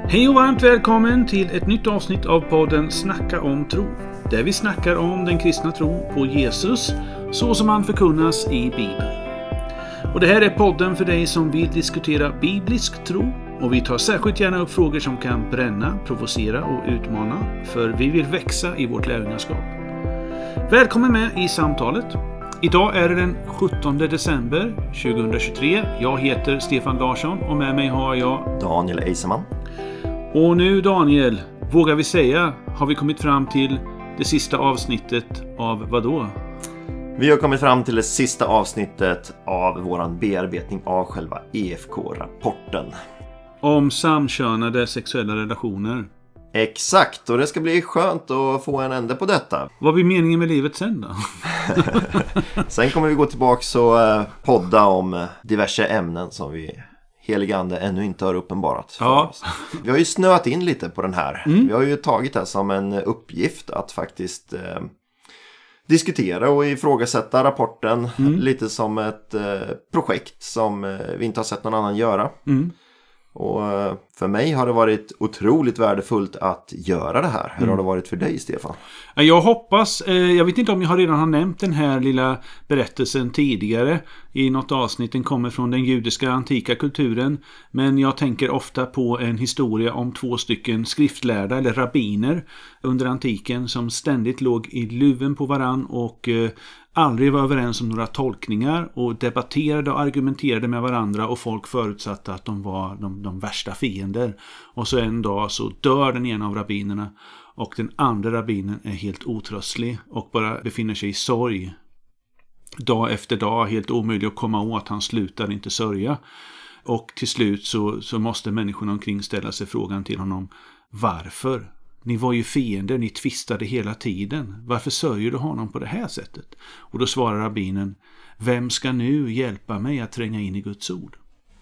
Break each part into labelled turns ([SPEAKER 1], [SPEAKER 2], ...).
[SPEAKER 1] Hej och varmt välkommen till ett nytt avsnitt av podden Snacka om tro. Där vi snackar om den kristna tron på Jesus så som han förkunnas i Bibeln. Och det här är podden för dig som vill diskutera biblisk tro. Och vi tar särskilt gärna upp frågor som kan bränna, provocera och utmana. För vi vill växa i vårt lärjungaskap. Välkommen med i samtalet. Idag är det den 17 december 2023. Jag heter Stefan Larsson och med mig har jag
[SPEAKER 2] Daniel Eiseman.
[SPEAKER 1] Och nu Daniel, vågar vi säga, har vi kommit fram till det sista avsnittet av vad då?
[SPEAKER 2] Vi har kommit fram till det sista avsnittet av våran bearbetning av själva EFK-rapporten.
[SPEAKER 1] Om samkönade sexuella relationer.
[SPEAKER 2] Exakt, och det ska bli skönt att få en ände på detta.
[SPEAKER 1] Vad blir meningen med livet sen då?
[SPEAKER 2] Sen kommer vi gå tillbaka och podda om diverse ämnen som vi heliga ande ännu inte har uppenbarat för oss. Vi har ju snöat in lite på den här. Vi har ju tagit det som en uppgift att faktiskt diskutera och ifrågasätta rapporten lite som ett projekt som vi inte har sett någon annan göra. Och för mig har det varit otroligt värdefullt att göra det här. Hur har det varit för dig, Stefan?
[SPEAKER 1] Jag hoppas, jag vet inte om jag redan har nämnt den här lilla berättelsen tidigare i något avsnitt. Den kommer från den judiska antika kulturen. Men jag tänker ofta på en historia om 2 stycken skriftlärda eller rabbiner under antiken som ständigt låg i luven på varann och aldrig var överens om några tolkningar och debatterade och argumenterade med varandra och folk förutsatte att de var de värsta fiender. Och så en dag så dör den ena av rabbinerna och den andra rabbinen är helt otröstlig och bara befinner sig i sorg. Dag efter dag, helt omöjlig att komma åt, han slutar inte sörja. Och till slut så måste människorna omkring ställa sig frågan till honom: varför? Ni var ju fiender, ni tvistade hela tiden. Varför sörjer du honom på det här sättet? Och då svarar rabbinen: vem ska nu hjälpa mig att tränga in i Guds ord?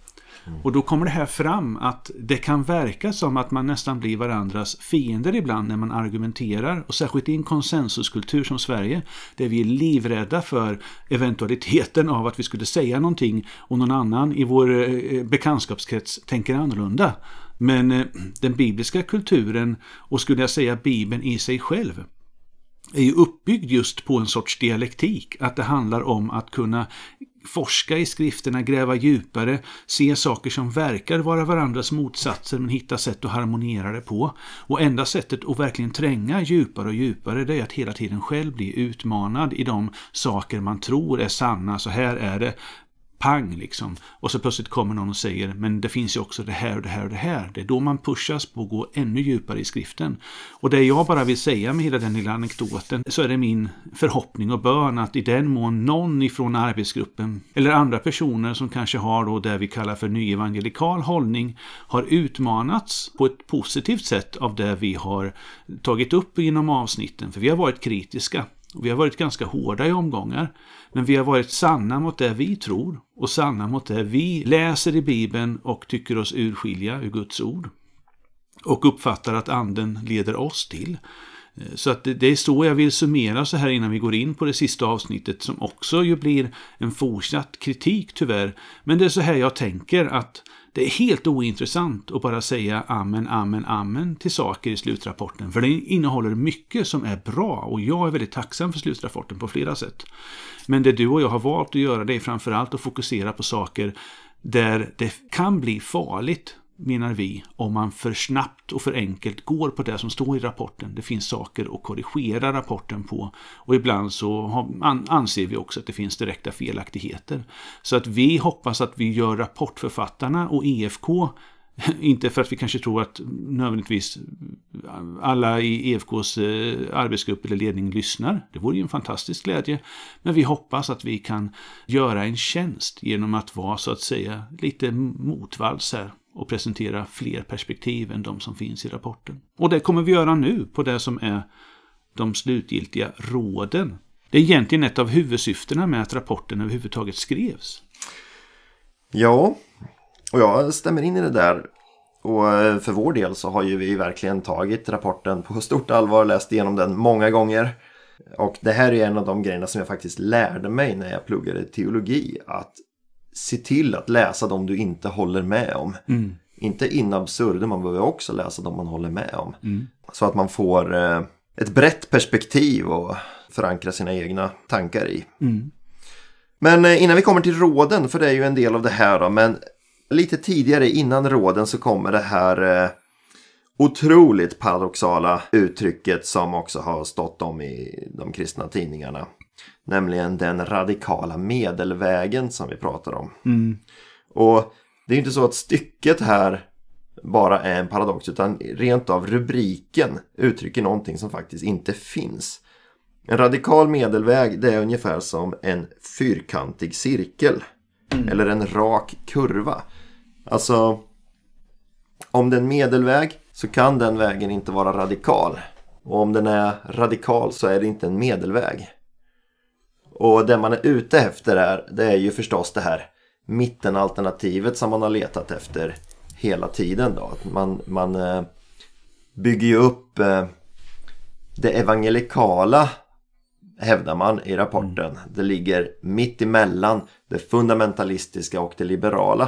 [SPEAKER 1] Och då kommer det här fram att det kan verka som att man nästan blir varandras fiender ibland när man argumenterar. Och särskilt i en konsensuskultur som Sverige, där vi är livrädda för eventualiteten av att vi skulle säga någonting och någon annan i vår bekantskapskrets tänker annorlunda. Men den bibliska kulturen, och skulle jag säga Bibeln i sig själv, är ju uppbyggd just på en sorts dialektik. Att det handlar om att kunna forska i skrifterna, gräva djupare, se saker som verkar vara varandras motsatser men hitta sätt att harmonera det på. Och enda sättet att verkligen tränga djupare och djupare, det är att hela tiden själv bli utmanad i de saker man tror är sanna. Så här är det. Pang liksom. Och så plötsligt kommer någon och säger: men det finns ju också det här och det här och det här. Det är då man pushas på att gå ännu djupare i skriften. Och det jag bara vill säga med hela den lilla anekdoten, så är det min förhoppning och bön att i den mån någon ifrån arbetsgruppen eller andra personer som kanske har då det vi kallar för nyevangelikal hållning har utmanats på ett positivt sätt av det vi har tagit upp inom avsnitten. För vi har varit kritiska. Och vi har varit ganska hårda i omgångar, men vi har varit sanna mot det vi tror och sanna mot det vi läser i Bibeln och tycker oss urskilja ur Guds ord och uppfattar att anden leder oss till. Så att det är så jag vill summera så här innan vi går in på det sista avsnittet, som också ju blir en fortsatt kritik tyvärr. Men det är så här jag tänker, att det är helt ointressant att bara säga amen, amen, amen till saker i slutrapporten. För det innehåller mycket som är bra och jag är väldigt tacksam för slutrapporten på flera sätt. Men det du och jag har valt att göra, det är framförallt att fokusera på saker där det kan bli farligt, menar vi, om man för snabbt och för enkelt går på det som står i rapporten. Det finns saker att korrigera rapporten på och ibland så anser vi också att det finns direkta felaktigheter. Så att vi hoppas att vi gör rapportförfattarna och EFK, inte för att vi kanske tror att nödvändigtvis alla i EFKs arbetsgrupp eller ledning lyssnar. Det vore ju en fantastisk glädje. Men vi hoppas att vi kan göra en tjänst genom att vara så att säga lite motvalls här och presentera fler perspektiv än de som finns i rapporten. Och det kommer vi göra nu på det som är de slutgiltiga råden. Det är egentligen ett av huvudsyftena med att rapporten överhuvudtaget skrevs.
[SPEAKER 2] Ja, och jag stämmer in i det där. Och för vår del så har ju vi verkligen tagit rapporten på stort allvar och läst igenom den många gånger. Och det här är en av de grejerna som jag faktiskt lärde mig när jag pluggade teologi. Att se till att läsa dem du inte håller med om. inte in absurdum, man behöver också läsa dem man håller med om. Så att man får ett brett perspektiv och förankra sina egna tankar i. Men innan vi kommer till råden, för det är ju en del av det här då, men lite tidigare innan råden så kommer det här otroligt paradoxala uttrycket som också har stått om i de kristna tidningarna. Nämligen den radikala medelvägen som vi pratar om. Och det är inte så att stycket här bara är en paradox, utan rent av rubriken uttrycker någonting som faktiskt inte finns. En radikal medelväg, det är ungefär som en fyrkantig cirkel. Eller en rak kurva. Alltså, om det är en medelväg så kan den vägen inte vara radikal. Och om den är radikal så är det inte en medelväg. Och det man är ute efter det är ju förstås det här mittenalternativet som man har letat efter hela tiden då. Att man bygger ju upp det evangelikala, hävdar man i rapporten. Det ligger mitt emellan det fundamentalistiska och det liberala.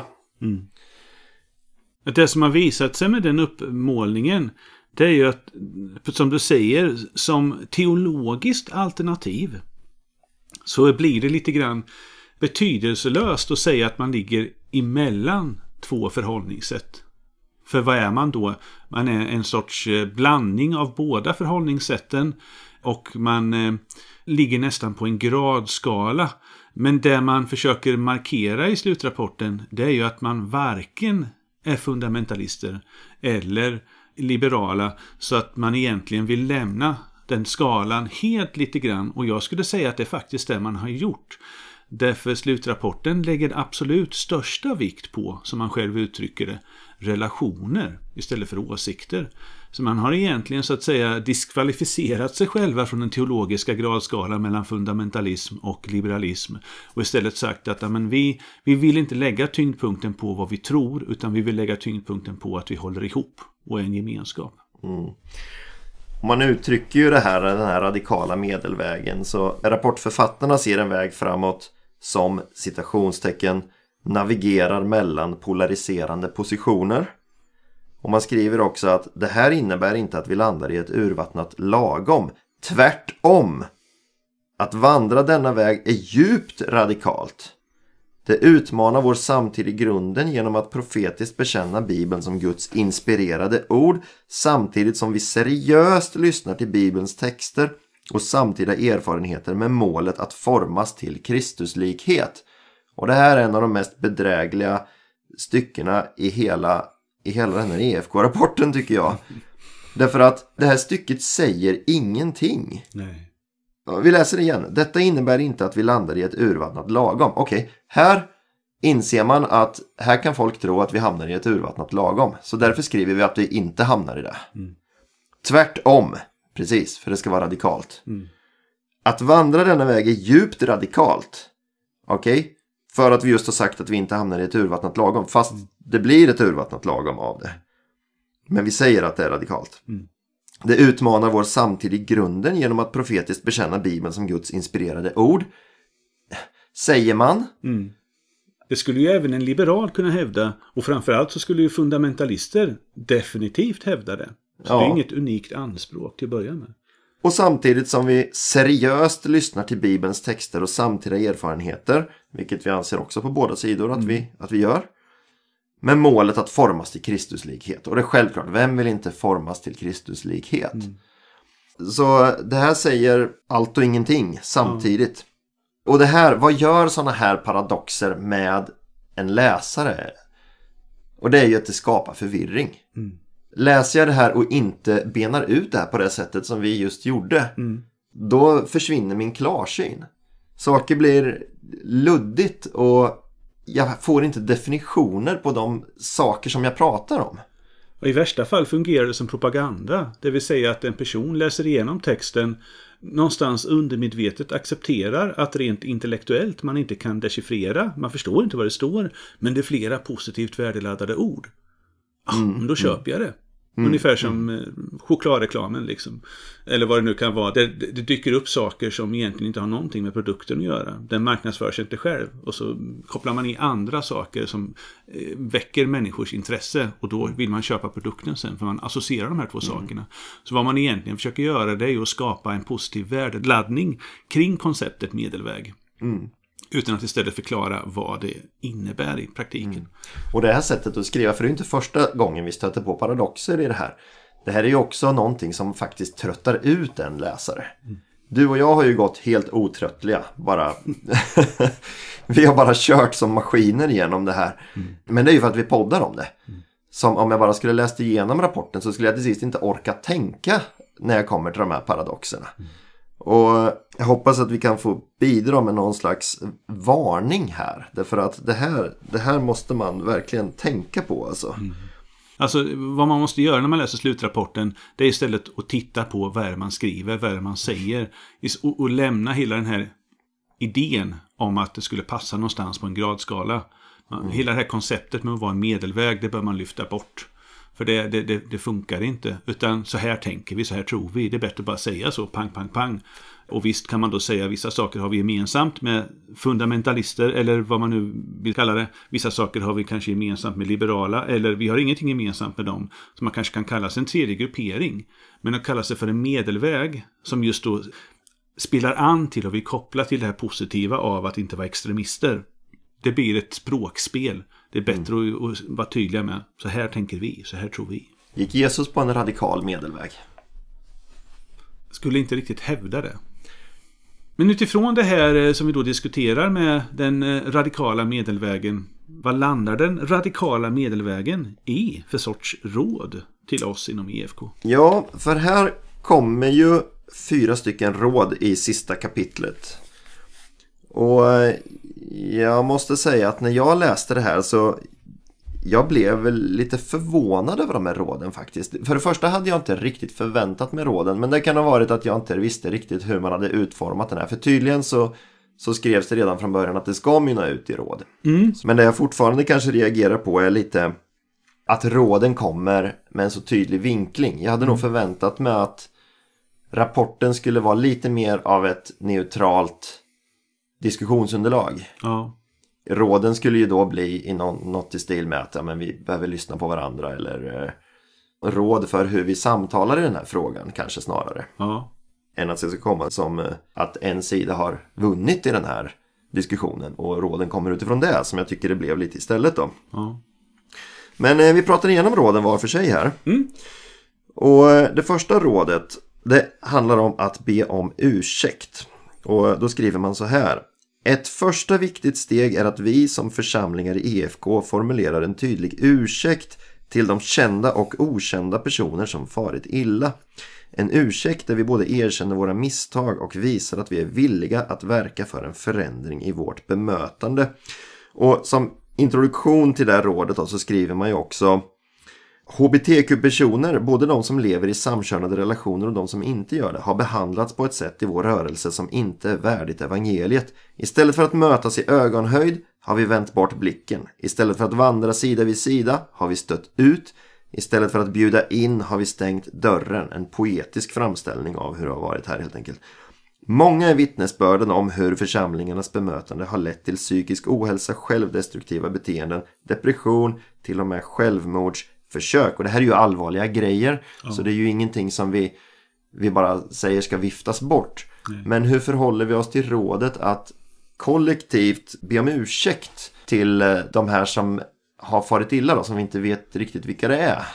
[SPEAKER 1] Det som har visat sig med den uppmålningen, det är ju att, som du säger, som teologiskt alternativ så blir det lite grann betydelselöst att säga att man ligger emellan två förhållningssätt. För vad är man då? Man är en sorts blandning av båda förhållningssätten och man ligger nästan på en gradskala. Men det man försöker markera i slutrapporten, det är ju att man varken är fundamentalister eller liberala, så att man egentligen vill lämna den skalan helt lite grann, och jag skulle säga att det är faktiskt det man har gjort. Därför slutrapporten lägger absolut största vikt på, som man själv uttrycker det, relationer istället för åsikter. Så man har egentligen så att säga diskvalificerat sig själva från den teologiska gradskalan mellan fundamentalism och liberalism och istället sagt att men vi vill inte lägga tyngdpunkten på vad vi tror, utan vi vill lägga tyngdpunkten på att vi håller ihop och är en gemenskap.
[SPEAKER 2] Man uttrycker ju den här radikala medelvägen, så rapportförfattarna ser en väg framåt som citationstecken navigerar mellan polariserande positioner. Och man skriver också att det här innebär inte att vi landar i ett urvattnat lagom. Tvärtom. Att vandra denna väg är djupt radikalt. Det utmanar vår samtid i grunden genom att profetiskt bekänna Bibeln som Guds inspirerade ord, samtidigt som vi seriöst lyssnar till Bibelns texter och samtida erfarenheter med målet att formas till Kristuslikhet. Och det här är en av de mest bedrägliga styckena i hela den här EFK-rapporten, tycker jag. Därför att det här stycket säger ingenting.
[SPEAKER 1] Nej.
[SPEAKER 2] Vi läser det igen. Detta innebär inte att vi landar i ett urvattnat lagom. Okej, här inser man att här kan folk tro att vi hamnar i ett urvattnat lagom. Så därför skriver vi att vi inte hamnar i det. Tvärtom, precis, för det ska vara radikalt. Att vandra denna väg är djupt radikalt. Okej? För att vi just har sagt att vi inte hamnar i ett urvattnat lagom. Fast det blir ett urvattnat lagom av det. Men vi säger att det är radikalt. Det utmanar vår samtid i grunden genom att profetiskt bekänna Bibeln som Guds inspirerade ord. Säger man.
[SPEAKER 1] Det skulle ju även en liberal kunna hävda. Och framförallt så skulle ju fundamentalister definitivt hävda det. Så det är inget unikt anspråk till att börja med.
[SPEAKER 2] Och samtidigt som vi seriöst lyssnar till Bibelns texter och samtida erfarenheter, vilket vi anser också på båda sidor att vi gör, med målet att formas till Kristuslikhet. Och det är självklart, vem vill inte formas till Kristuslikhet? Så det här säger allt och ingenting samtidigt. Och det här, vad gör sådana här paradoxer med en läsare? Och det är ju att det skapar förvirring. Läser jag det här och inte benar ut det här på det sättet som vi just gjorde, då försvinner min klarsyn. Saker blir luddigt och jag får inte definitioner på de saker som jag pratar om.
[SPEAKER 1] Och i värsta fall fungerar det som propaganda. Det vill säga att en person läser igenom texten, någonstans undermedvetet accepterar att rent intellektuellt man inte kan dechiffrera. Man förstår inte vad det står, men det är flera positivt värdeladdade ord. Då köper jag det. Ungefär som chokladreklamen liksom. Eller vad det nu kan vara. Det dyker upp saker som egentligen inte har någonting med produkten att göra. Den marknadsför sig inte själv. Och så kopplar man i andra saker som väcker människors intresse. Och då vill man köpa produkten sen. För man associerar de här två sakerna. Så vad man egentligen försöker göra, det är ju att skapa en positiv värdeladdning kring konceptet medelväg. Utan att istället förklara vad det innebär i praktiken.
[SPEAKER 2] Och det här sättet att skriva, för det är inte första gången vi stöter på paradoxer i det här. Det här är ju också någonting som faktiskt tröttar ut en läsare. Du och jag har ju gått helt otröttliga. Vi har bara kört som maskiner igenom det här. Men det är ju för att vi poddar om det. Som om jag bara skulle läst igenom rapporten så skulle jag till sist inte orka tänka när jag kommer till de här paradoxerna. Och jag hoppas att vi kan få bidra med någon slags varning här. Därför att det här måste man verkligen tänka på.
[SPEAKER 1] Alltså vad man måste göra när man läser slutrapporten, det är istället att titta på vad är man skriver, vad är man säger. Och lämna hela den här idén om att det skulle passa någonstans på en gradskala. Hela det här konceptet med att vara en medelväg, det bör man lyfta bort. För det funkar inte. Utan så här tänker vi, så här tror vi. Det är bättre att bara säga så, pang, pang, pang. Och visst kan man då säga vissa saker har vi gemensamt med fundamentalister. Eller vad man nu vill kalla det. Vissa saker har vi kanske gemensamt med liberala. Eller vi har ingenting gemensamt med dem. Som man kanske kan kalla sig en tredje gruppering. Men att kalla sig för en medelväg. Som just då spelar an till och vi kopplar till det här positiva av att inte vara extremister. Det blir ett språkspel. Det är bättre att vara tydliga med. Så här tänker vi, så här tror vi.
[SPEAKER 2] Gick Jesus på en radikal medelväg?
[SPEAKER 1] Skulle inte riktigt hävda det. Men utifrån det här som vi då diskuterar med den radikala medelvägen. Vad landar den radikala medelvägen i för sorts råd till oss inom EFK?
[SPEAKER 2] Ja, för här kommer ju 4 stycken råd i sista kapitlet. Och jag måste säga att när jag läste det här så jag blev lite förvånad över de här råden faktiskt. För det första hade jag inte riktigt förväntat mig råden, men det kan ha varit att jag inte visste riktigt hur man hade utformat den här. För tydligen så skrevs det redan från början att det ska mynna ut i råd. Men det jag fortfarande kanske reagerar på är lite att råden kommer med en så tydlig vinkling. Jag hade nog förväntat mig att rapporten skulle vara lite mer av ett neutralt diskussionsunderlag.
[SPEAKER 1] Ja.
[SPEAKER 2] Råden skulle ju då bli i något i stil med att men vi behöver lyssna på varandra eller råd för hur vi samtalar i den här frågan kanske snarare.
[SPEAKER 1] Ja.
[SPEAKER 2] Än att det ska komma som att en sida har vunnit i den här diskussionen och råden kommer utifrån det som jag tycker det blev lite istället då.
[SPEAKER 1] Ja.
[SPEAKER 2] Men vi pratar igenom råden var för sig här. Och det första rådet det handlar om att be om ursäkt. Och då skriver man så här. Ett första viktigt steg är att vi som församlingar i EFK formulerar en tydlig ursäkt till de kända och okända personer som farit illa. En ursäkt där vi både erkänner våra misstag och visar att vi är villiga att verka för en förändring i vårt bemötande. Och som introduktion till det här rådet då, så skriver man ju också HBTQ-personer, både de som lever i samkönade relationer och de som inte gör det, har behandlats på ett sätt i vår rörelse som inte är värdigt evangeliet. Istället för att mötas i ögonhöjd har vi vänt bort blicken. Istället för att vandra sida vid sida har vi stött ut. Istället för att bjuda in har vi stängt dörren. En poetisk framställning av hur det har varit här helt enkelt. Många är vittnesbörden om hur församlingarnas bemötande har lett till psykisk ohälsa, självdestruktiva beteenden, depression, till och med självmordsförsök. Och det här är ju allvarliga grejer. Så det är ju ingenting som vi bara säger ska viftas bort. Men hur förhåller vi oss till rådet att kollektivt be om ursäkt till de här som har farit illa då, som vi inte vet riktigt vilka det är?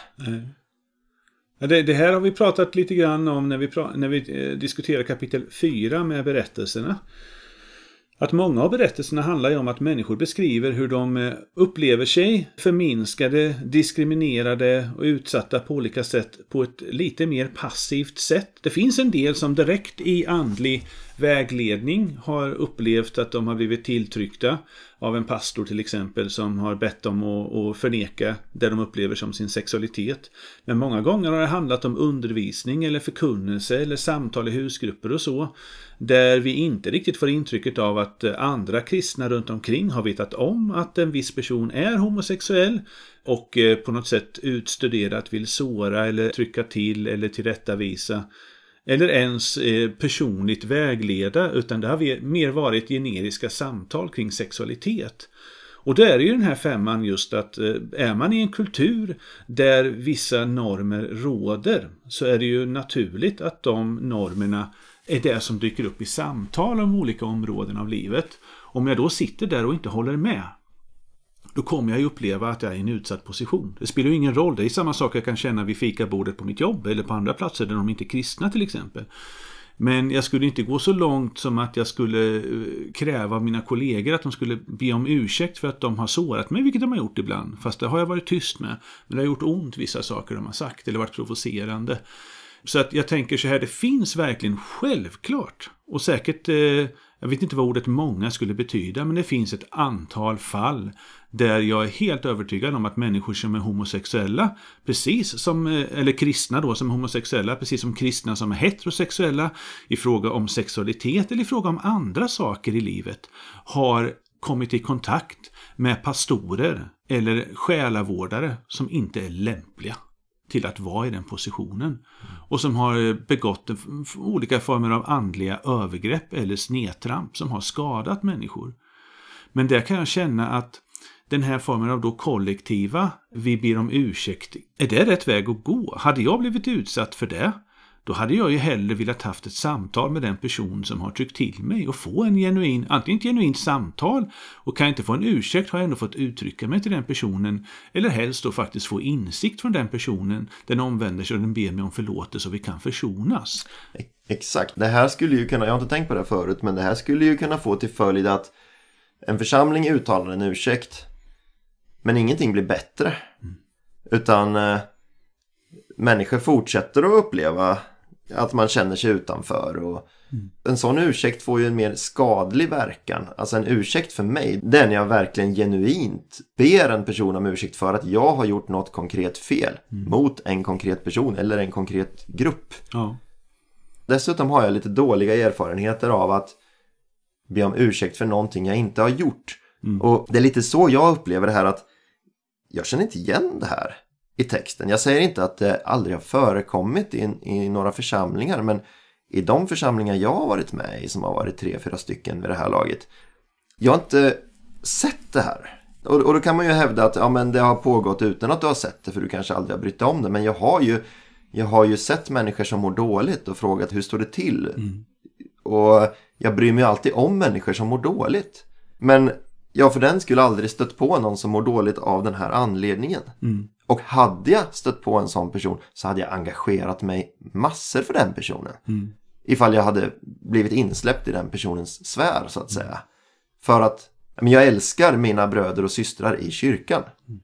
[SPEAKER 1] Ja, det här har vi pratat lite grann om när vi diskuterar kapitel 4 med berättelserna. Att många av berättelserna handlar ju om att människor beskriver hur de upplever sig förminskade, diskriminerade och utsatta på olika sätt på ett lite mer passivt sätt. Det finns en del som direkt i andlig vägledning har upplevt att de har blivit tilltryckta. av en pastor till exempel som har bett dem att förneka det de upplever som sin sexualitet. Men många gånger har det handlat om undervisning eller förkunnelse eller samtal i husgrupper och så, där vi inte riktigt får intrycket av att andra kristna runt omkring har vetat om att en viss person är homosexuell och på något sätt utstuderat vill såra eller trycka till eller tillrättavisa eller ens personligt vägleda, utan det har mer varit generiska samtal kring sexualitet. Och där är ju den här 5:an just att är man i en kultur där vissa normer råder, så är det ju naturligt att de normerna är det som dyker upp i samtal om olika områden av livet. Om jag då sitter där och inte håller med, då kommer jag ju uppleva att jag är i en utsatt position. Det spelar ju ingen roll, det är samma sak jag kan känna vid fikabordet på mitt jobb eller på andra platser där de inte är kristna till exempel. Men jag skulle inte gå så långt som att jag skulle kräva av mina kollegor att de skulle be om ursäkt för att de har sårat mig, vilket de har gjort ibland. Fast det har jag varit tyst med. Men det har gjort ont vissa saker de har sagt eller varit provocerande. Så att jag tänker så här, det finns verkligen självklart och säkert, jag vet inte vad ordet många skulle betyda, men det finns ett antal fall där jag är helt övertygad om att människor som är homosexuella, precis som, eller kristna då som är homosexuella, precis som kristna som är heterosexuella i fråga om sexualitet eller i fråga om andra saker i livet, har kommit i kontakt med pastorer eller själavårdare som inte är lämpliga till att vara i den positionen och som har begått olika former av andliga övergrepp eller snedtramp som har skadat människor. Men där kan jag känna att den här formen av då kollektiva, vi ber om ursäkt, är det rätt väg att gå? Hade jag blivit utsatt för det, då hade jag ju hellre velat haft ett samtal med den person som har tryckt till mig och få en antingen ett genuint samtal, och kan jag inte få en ursäkt har jag ändå fått uttrycka mig till den personen, eller helst då faktiskt få insikt från den personen, den omvänder sig och den ber mig om förlåtelse så vi kan försonas.
[SPEAKER 2] Exakt, det här skulle ju kunna, jag har inte tänkt på det förut, men det här skulle ju kunna få till följd att en församling uttalar en ursäkt, men ingenting blir bättre. Utan människor fortsätter att uppleva att man känner sig utanför. Och en sån ursäkt får ju en mer skadlig verkan. Alltså en ursäkt för mig, den jag verkligen genuint ber en person om ursäkt för att jag har gjort något konkret fel mot en konkret person eller en konkret grupp. Ja. Dessutom har jag lite dåliga erfarenheter av att be om ursäkt för någonting jag inte har gjort. Och det är lite så jag upplever det här, att jag känner inte igen det här i texten. Jag säger inte att det aldrig har förekommit i några församlingar, men i de församlingar jag har varit med i, som har varit 3-4 stycken vid det här laget, jag har inte sett det här. Och då kan man ju hävda att ja, men det har pågått utan att du har sett det, för du kanske aldrig har brytt om det. Men jag har ju sett människor som mår dåligt och frågat hur står det till. Och jag bryr mig alltid om människor som mår dåligt. Men jag för den skulle aldrig stött på någon som mår dåligt av den här anledningen. Och hade jag stött på en sån person så hade jag engagerat mig massor för den personen. Ifall jag hade blivit insläppt i den personens sfär så att säga. För att jag älskar mina bröder och systrar i kyrkan.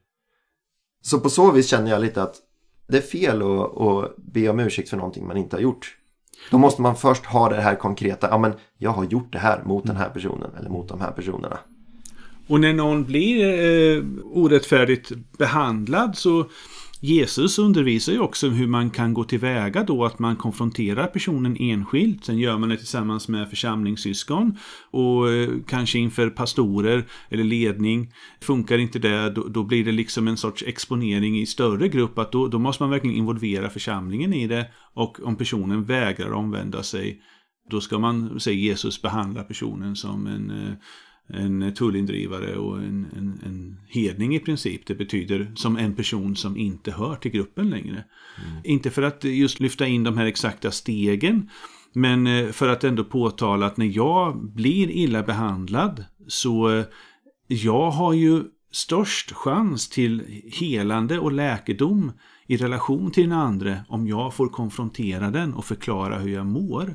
[SPEAKER 2] Så på så vis känner jag lite att det är fel att be om ursäkt för någonting man inte har gjort. Då måste man först ha det här konkreta, ja men jag har gjort det här mot den här personen eller mot de här personerna.
[SPEAKER 1] Och när någon blir orättfärdigt behandlad, så Jesus undervisar ju också hur man kan gå tillväga då, att man konfronterar personen enskilt. Sen gör man det tillsammans med församlingssyskon och kanske inför pastorer eller ledning. Funkar inte det, då blir det liksom en sorts exponering i större grupp, att då måste man verkligen involvera församlingen i det. Och om personen vägrar omvända sig, då ska man, säger Jesus, behandla personen som en tullindrivare och en hedning i princip. Det betyder som en person som inte hör till gruppen längre. Inte för att just lyfta in de här exakta stegen, men för att ändå påtala att när jag blir illa behandlad, så jag har ju störst chans till helande och läkedom i relation till den andra om jag får konfrontera den och förklara hur jag mår.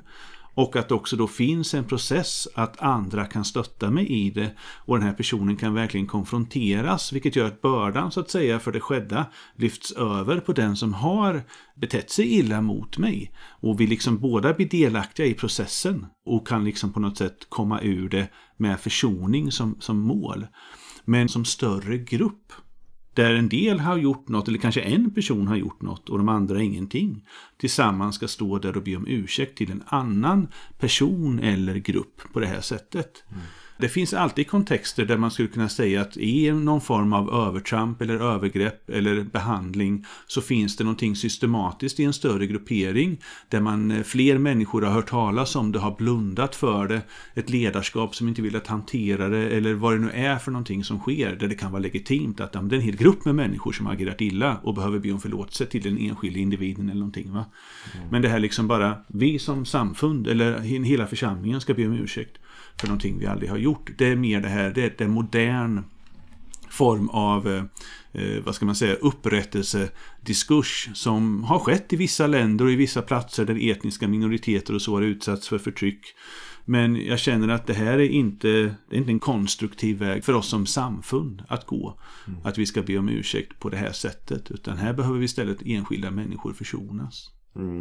[SPEAKER 1] Och att också då finns en process att andra kan stötta mig i det. Och den här personen kan verkligen konfronteras. Vilket gör att bördan så att säga för det skedda lyfts över på den som har betett sig illa mot mig. Och vi liksom båda blir delaktiga i processen. Och kan liksom på något sätt komma ur det med försoning som mål. Men som större grupp. Där en del har gjort något, eller kanske en person har gjort något och de andra ingenting. Tillsammans ska stå där och be om ursäkt till en annan person eller grupp på det här sättet. Det finns alltid kontexter där man skulle kunna säga att i någon form av övertramp eller övergrepp eller behandling så finns det någonting systematiskt i en större gruppering där fler människor har hört talas om det, har blundat för det, ett ledarskap som inte vill att hantera det eller vad det nu är för någonting som sker där det kan vara legitimt att det är en hel grupp med människor som har agerat illa och behöver be om förlåtelse till den enskilda individen eller någonting. Va? Men det här liksom bara vi som samfund eller hela församlingen ska be om ursäkt för någonting vi aldrig har gjort. Det är mer det här, det är en modern form av vad ska man säga, upprättelsediskurs som har skett i vissa länder och i vissa platser där etniska minoriteter och så har utsatts för förtryck. Men jag känner att det här är inte en konstruktiv väg för oss som samfund att gå. Att vi ska be om ursäkt på det här sättet. Utan här behöver vi istället enskilda människor försonas.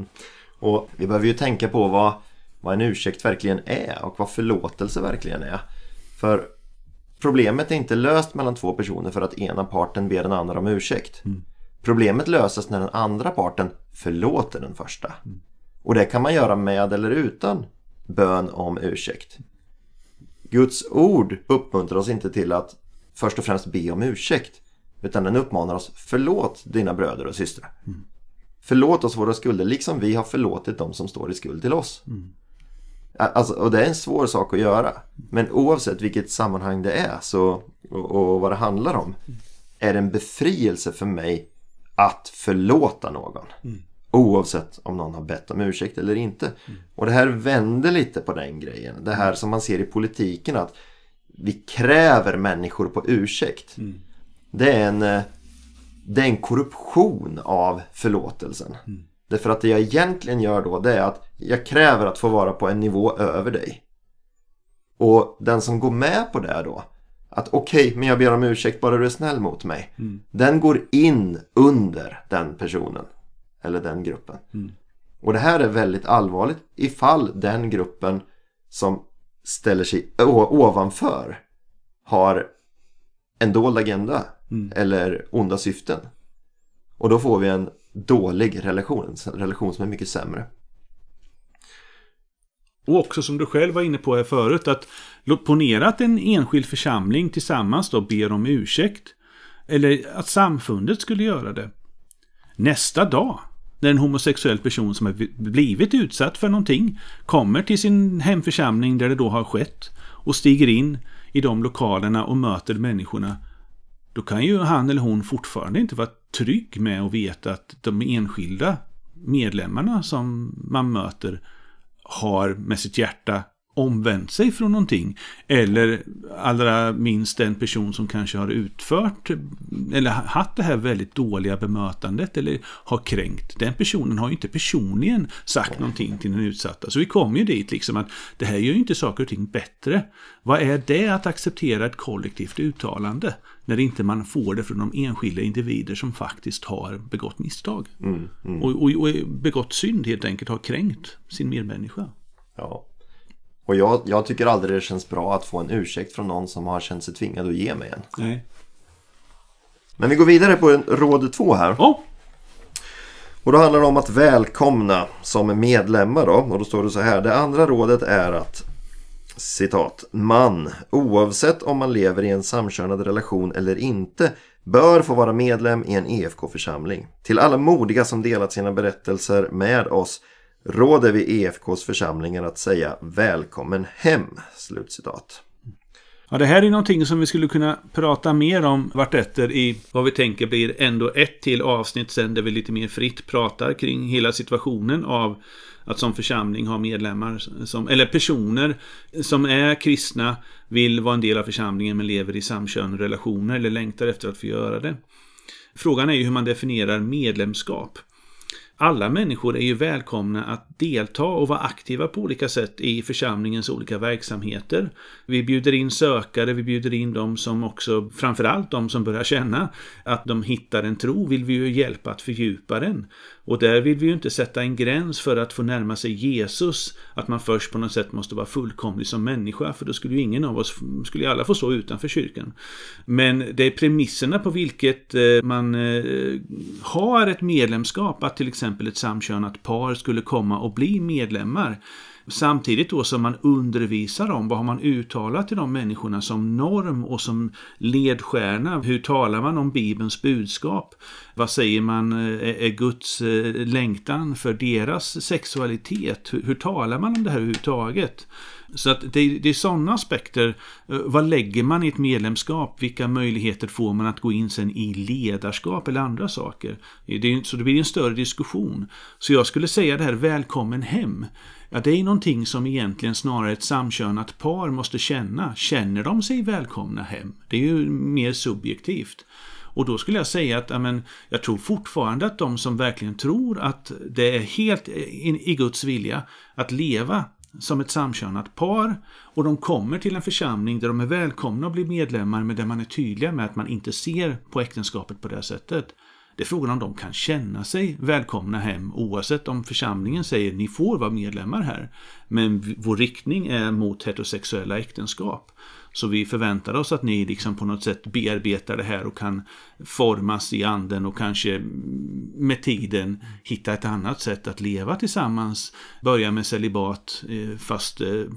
[SPEAKER 2] Och vi behöver ju tänka på vad en ursäkt verkligen är och vad förlåtelse verkligen är. För problemet är inte löst mellan två personer för att ena parten ber den andra om ursäkt. Problemet löses när den andra parten förlåter den första. Och det kan man göra med eller utan bön om ursäkt. Guds ord uppmuntrar oss inte till att först och främst be om ursäkt, utan den uppmanar oss: förlåt dina bröder och systrar. Förlåt oss våra skulder liksom vi har förlåtit dem som står i skuld till oss. Alltså, och det är en svår sak att göra. Men oavsett vilket sammanhang det är och vad det handlar om, är det en befrielse för mig att förlåta någon. Oavsett om någon har bett om ursäkt eller inte. Och det här vänder lite på den grejen. Det här som man ser i politiken, att vi kräver människor på ursäkt. Det är en korruption av förlåtelsen. Därför att det jag egentligen gör då, det är att jag kräver att få vara på en nivå över dig. Och den som går med på det då, att okej, men jag ber om ursäkt bara du är snäll mot mig. Den går in under den personen. Eller den gruppen. Och det här är väldigt allvarligt ifall den gruppen som ställer sig ovanför har en dold agenda eller onda syften. Och då får vi en dålig relation som är mycket sämre.
[SPEAKER 1] Och också som du själv var inne på här förut, att ponera att en enskild församling tillsammans då ber om ursäkt, eller att samfundet skulle göra det. Nästa dag, när en homosexuell person som har blivit utsatt för någonting kommer till sin hemförsamling där det då har skett och stiger in i de lokalerna och möter människorna, då kan ju han eller hon fortfarande inte vara trygg med att veta att de enskilda medlemmarna som man möter har med sitt hjärta omvänt sig från någonting, eller allra minst en person som kanske har utfört eller haft det här väldigt dåliga bemötandet eller har kränkt. Den personen har ju inte personligen sagt någonting till den utsatta. Så vi kommer ju dit liksom att det här gör ju inte saker och ting bättre. Vad är det att acceptera ett kollektivt uttalande när inte man får det från de enskilda individer som faktiskt har begått misstag och begått synd, helt enkelt har kränkt sin medmänniska.
[SPEAKER 2] Ja. Och jag tycker aldrig det känns bra att få en ursäkt från någon som har känt sig tvingad att ge mig en.
[SPEAKER 1] Nej.
[SPEAKER 2] Men vi går vidare på råd 2 här. Och då handlar det om att välkomna som medlemmar då. Och då står det så här: det andra rådet är att, citat, man, oavsett om man lever i en samkönad relation eller inte, bör få vara medlem i en EFK-församling. Till alla modiga som delat sina berättelser med oss råder vi EFKs församlingar att säga välkommen hem. Slutcitat.
[SPEAKER 1] Ja, det här är någonting som vi skulle kunna prata mer om vartefter i vad vi tänker blir ändå ett till avsnitt sen där vi lite mer fritt pratar kring hela situationen av att som församling ha medlemmar eller personer som är kristna, vill vara en del av församlingen men lever i samkönade relationer eller längtar efter att få göra det. Frågan är ju hur man definierar medlemskap. alla människor är ju välkomna att delta och vara aktiva på olika sätt i församlingens olika verksamheter. Vi bjuder in sökare, vi bjuder in dem som också, framförallt de som börjar känna att de hittar en tro, vill vi ju hjälpa att fördjupa den. Och där vill vi ju inte sätta en gräns för att få närma sig Jesus, att man först på något sätt måste vara fullkomlig som människa, för då skulle ju ingen av oss, skulle ju alla få stå utanför kyrkan. Men det är premisserna på vilket man har ett medlemskap, att till exempel ett samkönat par skulle komma och bli medlemmar. Samtidigt då som man undervisar om vad har man uttalat till de människorna som norm och som ledstjärna. Hur talar man om Bibelns budskap? Vad säger man är Guds längtan för deras sexualitet? Hur talar man om det här överhuvudtaget? Så att det är sådana aspekter. Vad lägger man i ett medlemskap? Vilka möjligheter får man att gå in sen i ledarskap eller andra saker? Så det blir en större diskussion. Så jag skulle säga det här välkommen hem. Ja, det är någonting som egentligen snarare ett samkönat par måste känna. Känner de sig välkomna hem? Det är ju mer subjektivt. Och då skulle jag säga att jag tror fortfarande att de som verkligen tror att det är helt i Guds vilja att leva som ett samkönat par, och de kommer till en församling där de är välkomna att bli medlemmar, men där man är tydliga med att man inte ser på äktenskapet på det sättet. Det är frågan om de kan känna sig välkomna hem, oavsett om församlingen säger ni får vara medlemmar här, men vår riktning är mot heterosexuella äktenskap. Så vi förväntar oss att ni liksom på något sätt bearbetar det här och kan formas i anden och kanske med tiden hitta ett annat sätt att leva tillsammans. Börja med celibat, fast en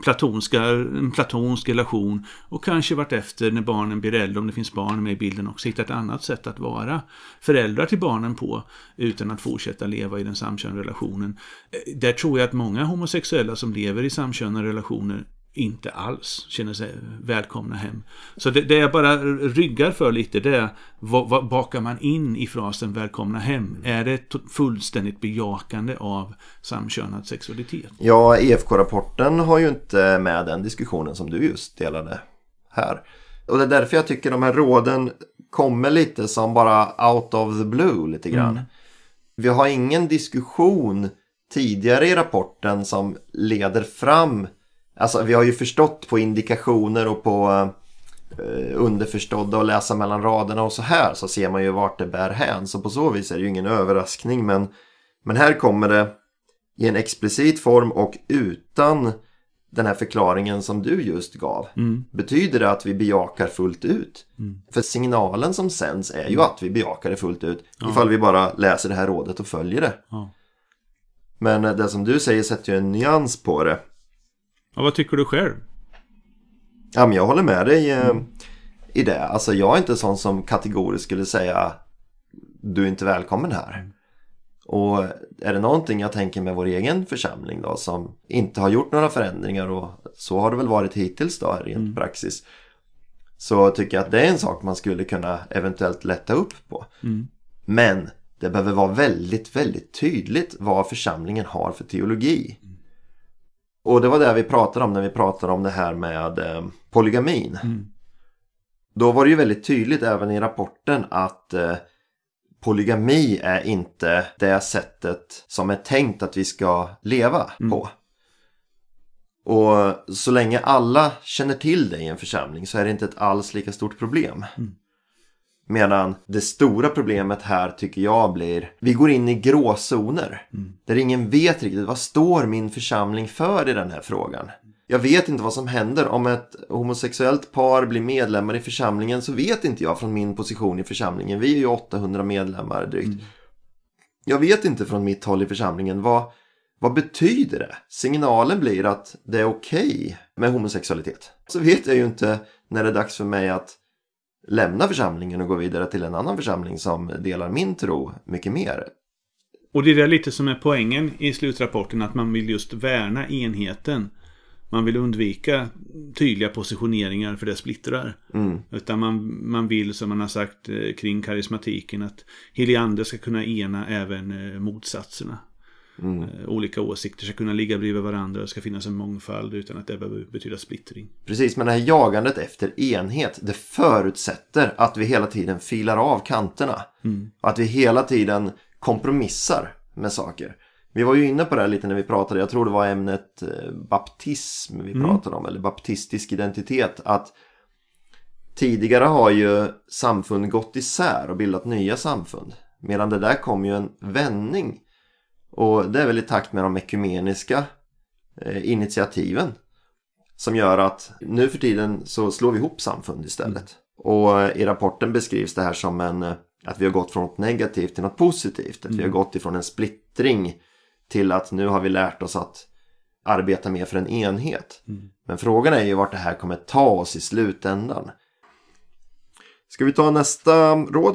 [SPEAKER 1] platonsk relation, och kanske vartefter när barnen blir äldre, om det finns barn med i bilden också, hitta ett annat sätt att vara föräldrar till barnen på utan att fortsätta leva i den samkönade relationen. Där tror jag att många homosexuella som lever i samkönade relationer inte alls känner sig välkomna hem. Så det jag bara ryggar för lite, det är vad bakar man in i frasen välkomna hem? Är det ett fullständigt bejakande av samkönad sexualitet?
[SPEAKER 2] Ja, EFK-rapporten har ju inte med den diskussionen som du just delade här. Och det är därför jag tycker de här råden kommer lite som bara out of the blue lite grann. Vi har ingen diskussion tidigare i rapporten som leder fram. Alltså vi har ju förstått på indikationer och på underförstådda och läsa mellan raderna och så här, så ser man ju vart det bär hän. Så på så vis är det ju ingen överraskning, men här kommer det i en explicit form och utan den här förklaringen som du just gav. Betyder det att vi bejakar fullt ut? För signalen som sänds är ju att vi bejakar det fullt ut ifall vi bara läser det här rådet och följer det. Men det som du säger sätter ju en nyans på det.
[SPEAKER 1] Ja, vad tycker du själv?
[SPEAKER 2] Ja, men jag håller med dig i det. Alltså jag är inte sån som kategoriskt skulle säga du är inte välkommen här. Och är det någonting jag tänker med vår egen församling då, som inte har gjort några förändringar, och så har det väl varit hittills då rent praxis, så tycker jag att det är en sak man skulle kunna eventuellt lätta upp på. Men det behöver vara väldigt, väldigt tydligt vad församlingen har för teologi. Och det var det vi pratade om när vi pratade om det här med polygamin. Då var det ju väldigt tydligt även i rapporten att polygami är inte det sättet som är tänkt att vi ska leva på. Och så länge alla känner till det i en församling så är det inte ett alls lika stort problem. Medan det stora problemet här tycker jag blir, vi går in i gråzoner. Där ingen vet riktigt, vad står min församling för i den här frågan? Jag vet inte vad som händer om ett homosexuellt par blir medlemmar i församlingen, så vet inte jag från min position i församlingen. Vi är ju 800 medlemmar drygt. Jag vet inte från mitt håll i församlingen, vad betyder det? Signalen blir att det är okej med homosexualitet. Så vet jag ju inte när det är dags för mig att lämna församlingen och gå vidare till en annan församling som delar min tro mycket mer.
[SPEAKER 1] Och det är lite som är poängen i slutrapporten, att man vill just värna enheten. Man vill undvika tydliga positioneringar för det splittrar. Utan man vill, som man har sagt kring karismatiken, att helig ande ska kunna ena även motsatserna. Olika åsikter ska kunna ligga bredvid varandra, det ska finnas en mångfald utan att det behöver betyda splittring.
[SPEAKER 2] Precis, men det här jagandet efter enhet, det förutsätter att vi hela tiden filar av kanterna. Och att vi hela tiden kompromissar. med saker. Vi var ju inne på det här lite när vi pratade, jag tror det var ämnet baptism vi pratade om, eller baptistisk identitet, att tidigare har ju samfund gått isär och bildat nya samfund. Medan det där kom ju en vändning. Och det är väl i takt med de ekumeniska initiativen som gör att nu för tiden så slår vi ihop samfund istället. Och i rapporten beskrivs det här som att vi har gått från något negativt till något positivt. Att vi har gått ifrån en splittring till att nu har vi lärt oss att arbeta mer för en enhet. Men frågan är ju vart det här kommer ta oss i slutändan. Ska vi ta nästa råd?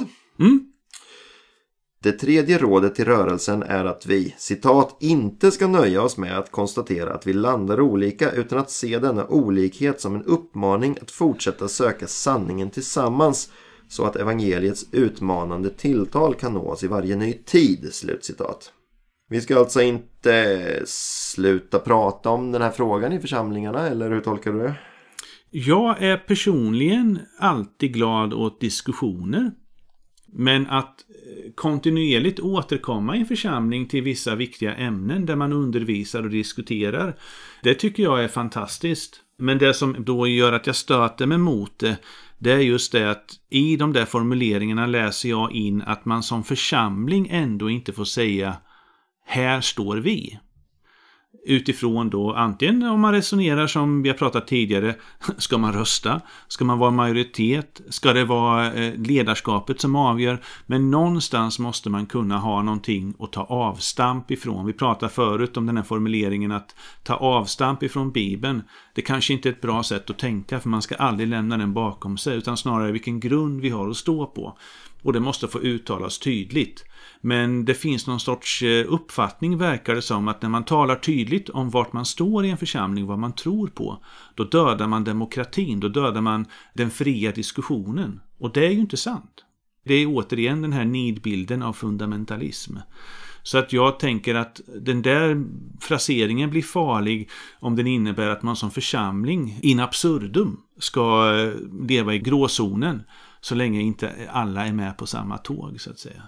[SPEAKER 2] Det tredje rådet till rörelsen är att vi, citat, inte ska nöja oss med att konstatera att vi landar olika utan att se denna olikhet som en uppmaning att fortsätta söka sanningen tillsammans så att evangeliets utmanande tilltal kan nås i varje ny tid, slutcitat. Vi ska alltså inte sluta prata om den här frågan i församlingarna, eller hur tolkar du det?
[SPEAKER 1] Jag är personligen alltid glad åt diskussioner. Men att kontinuerligt återkomma i en församling till vissa viktiga ämnen där man undervisar och diskuterar, det tycker jag är fantastiskt. Men det som då gör att jag stöter mig mot det är just det att i de där formuleringarna läser jag in att man som församling ändå inte får säga här står vi. Utifrån då, antingen om man resonerar som vi har pratat tidigare, ska man rösta? Ska man vara majoritet? Ska det vara ledarskapet som avgör? Men någonstans måste man kunna ha någonting att ta avstamp ifrån. Vi pratade förut om den här formuleringen att ta avstamp ifrån Bibeln. Det kanske inte är ett bra sätt att tänka, för man ska aldrig lämna den bakom sig, utan snarare vilken grund vi har att stå på. Och det måste få uttalas tydligt. Men det finns någon sorts uppfattning, verkar det som, att när man talar tydligt om vart man står i en församling, vad man tror på, då dödar man demokratin, då dödar man den fria diskussionen. Och det är ju inte sant. Det är återigen den här nidbilden av fundamentalism. Så att jag tänker att den där fraseringen blir farlig om den innebär att man som församling in absurdum ska leva i gråzonen så länge inte alla är med på samma tåg, så att säga.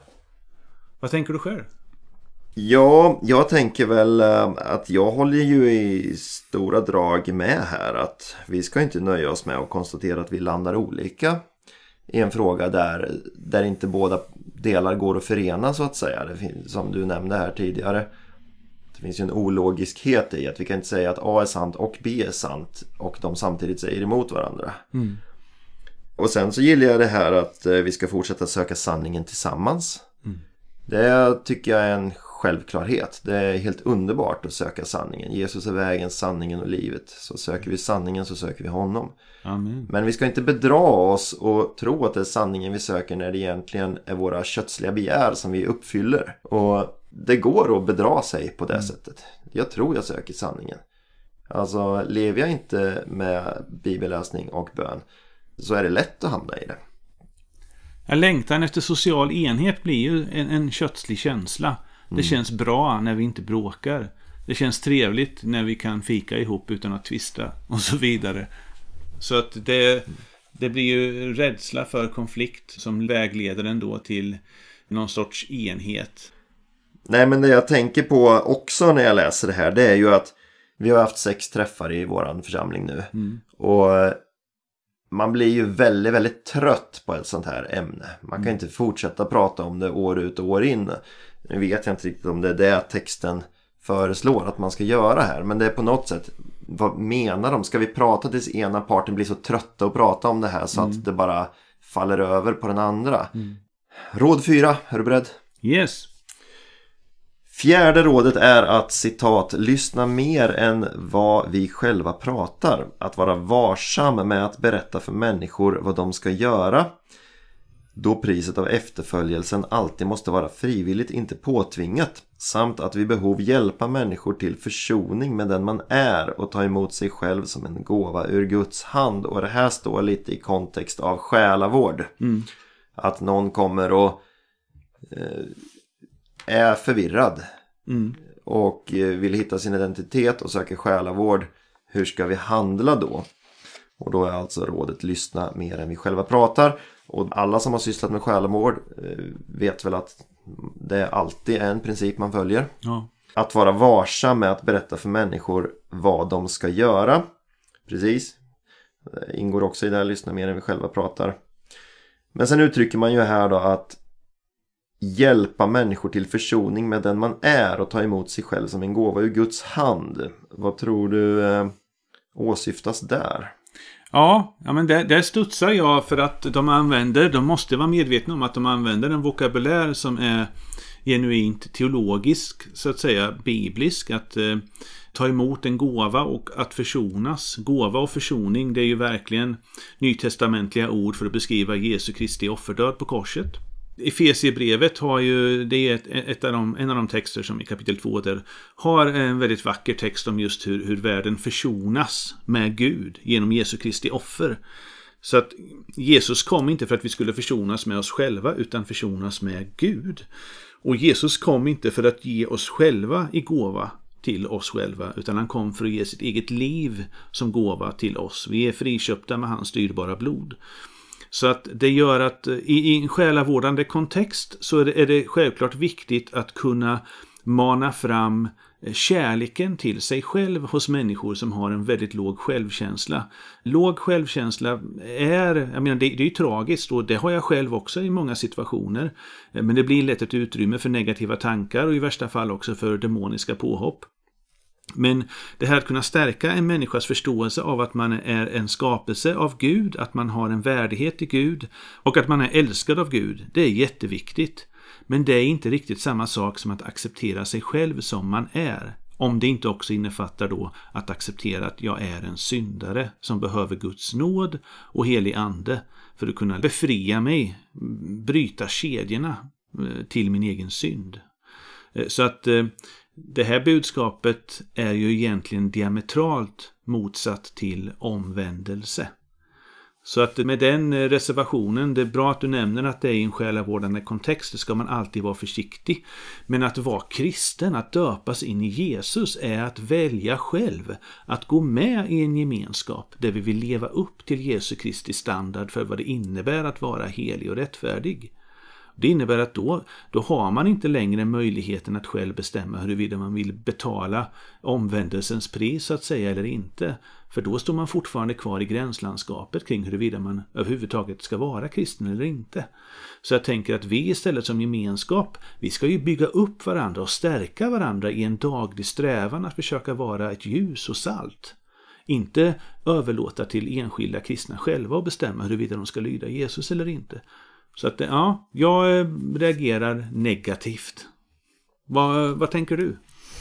[SPEAKER 1] Vad tänker du själv?
[SPEAKER 2] Ja, jag tänker väl att jag håller ju i stora drag med här, att vi ska inte nöja oss med att konstatera att vi landar olika i en fråga där inte båda delar går att förena, så att säga. Det finns, som du nämnde här tidigare, det finns ju en ologiskhet i att vi kan inte säga att A är sant och B är sant och de samtidigt säger emot varandra. Och sen så gillar jag det här att vi ska fortsätta söka sanningen tillsammans. Det tycker jag är en självklarhet. Det är helt underbart att söka sanningen. Jesus är vägen, sanningen och livet. Så söker vi sanningen så söker vi honom.
[SPEAKER 1] Amen.
[SPEAKER 2] Men vi ska inte bedra oss och tro att det är sanningen vi söker när det egentligen är våra kötsliga begär som vi uppfyller. Och det går att bedra sig på det sättet. Jag tror jag söker sanningen. Alltså, lever jag inte med bibelläsning och bön så är det lätt att hamna i det.
[SPEAKER 1] Längtan efter social enhet blir ju en kötslig känsla. Det känns bra när vi inte bråkar. Det känns trevligt när vi kan fika ihop utan att tvista och så vidare. Så att det blir ju rädsla för konflikt som vägleder ändå till någon sorts enhet.
[SPEAKER 2] Nej, men det jag tänker på också när jag läser det här, det är ju att vi har haft 6 träffar i våran församling nu. Och man blir ju väldigt, väldigt trött på ett sånt här ämne. Man kan inte fortsätta prata om det år ut och år in. Nu vet jag inte riktigt om det är det texten föreslår att man ska göra här. Men det är på något sätt, vad menar de? Ska vi prata tills ena parten blir så trötta att prata om det här så att det bara faller över på den andra? Råd 4, är du beredd?
[SPEAKER 1] Yes.
[SPEAKER 2] 4:e rådet är att, citat, lyssna mer än vad vi själva pratar. Att vara varsam med att berätta för människor vad de ska göra. Då priset av efterföljelsen alltid måste vara frivilligt, inte påtvingat. Samt att vid behov hjälpa människor till försoning med den man är och ta emot sig själv som en gåva ur Guds hand. Och det här står lite i kontext av själavård. Att någon kommer och är förvirrad och vill hitta sin identitet och söker själavård. Hur ska vi handla då? Och då är alltså rådet lyssna mer än vi själva pratar. Och alla som har sysslat med själavård vet väl att Det är alltid en princip man följer.
[SPEAKER 1] Ja.
[SPEAKER 2] Att vara varsam med att berätta för människor vad de ska göra. Precis. Det ingår också i det här, lyssna mer än vi själva pratar. Men sen uttrycker man ju här då att hjälpa människor till försoning med den man är och ta emot sig själv som en gåva ur Guds hand. Vad tror du åsyftas där?
[SPEAKER 1] Ja, men där studsar jag för att de måste vara medvetna om att de använder en vokabulär som är genuint teologisk, så att säga biblisk, att ta emot en gåva och att försonas. Gåva och försoning, det är ju verkligen nytestamentliga ord för att beskriva Jesu Kristi offerdöd på korset. Efesiebrevet har ju, det är en av de texter som i kapitel 2 där har en väldigt vacker text om just hur världen försonas med Gud genom Jesu Kristi offer. Så att Jesus kom inte för att vi skulle försonas med oss själva utan försonas med Gud. Och Jesus kom inte för att ge oss själva i gåva till oss själva, utan han kom för att ge sitt eget liv som gåva till oss. Vi är friköpta med hans dyrbara blod. Så att det gör att i en själavårdande kontext så är det självklart viktigt att kunna mana fram kärleken till sig själv hos människor som har en väldigt låg självkänsla. Låg självkänsla det är ju tragiskt och det har jag själv också i många situationer. Men det blir lätt ett utrymme för negativa tankar och i värsta fall också för demoniska påhopp. Men det här att kunna stärka en människas förståelse av att man är en skapelse av Gud, att man har en värdighet i Gud och att man är älskad av Gud, det är jätteviktigt. Men det är inte riktigt samma sak som att acceptera sig själv som man är. Om det inte också innefattar då att acceptera att jag är en syndare som behöver Guds nåd och helig ande för att kunna befria mig, bryta kedjorna till min egen synd. Så att det här budskapet är ju egentligen diametralt motsatt till omvändelse. Så att med den reservationen, det är bra att du nämner att det är i en själavårdande kontext, det ska man alltid vara försiktig. Men att vara kristen, att döpas in i Jesus är att välja själv, att gå med i en gemenskap där vi vill leva upp till Jesu Kristi standard för vad det innebär att vara helig och rättfärdig. Det innebär att då har man inte längre möjligheten att själv bestämma huruvida man vill betala omvändelsens pris så att säga eller inte. För då står man fortfarande kvar i gränslandskapet kring huruvida man överhuvudtaget ska vara kristen eller inte. Så jag tänker att vi istället som gemenskap, vi ska ju bygga upp varandra och stärka varandra i en daglig strävan att försöka vara ett ljus och salt. Inte överlåta till enskilda kristna själva att bestämma huruvida de ska lyda Jesus eller inte. Så att ja, jag reagerar negativt. Vad tänker du?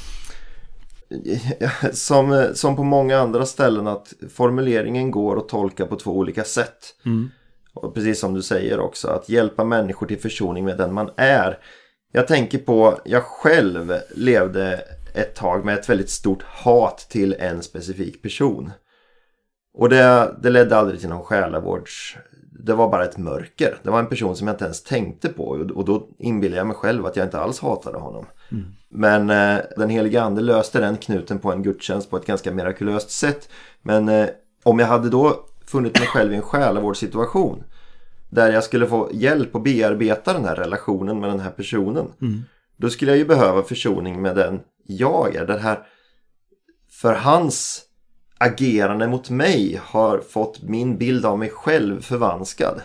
[SPEAKER 2] Som på många andra ställen att formuleringen går att tolka på två olika sätt. Och precis som du säger också, att hjälpa människor till försoning med den man är. Jag tänker på, jag själv levde ett tag med ett väldigt stort hat till en specifik person. Och det ledde aldrig till någon själavårds. Det var bara ett mörker. Det var en person som jag inte ens tänkte på. Och då inbillade jag mig själv att jag inte alls hatade honom. Men den heliga ande löste den knuten på en gudstjänst på ett ganska mirakulöst sätt. Men om jag hade då funnit mig själv i en själavårdssituation där jag skulle få hjälp att bearbeta den här relationen med den här personen. Då skulle jag ju behöva försoning med den jag är. Den här, för hans agerande mot mig har fått min bild av mig själv förvanskad.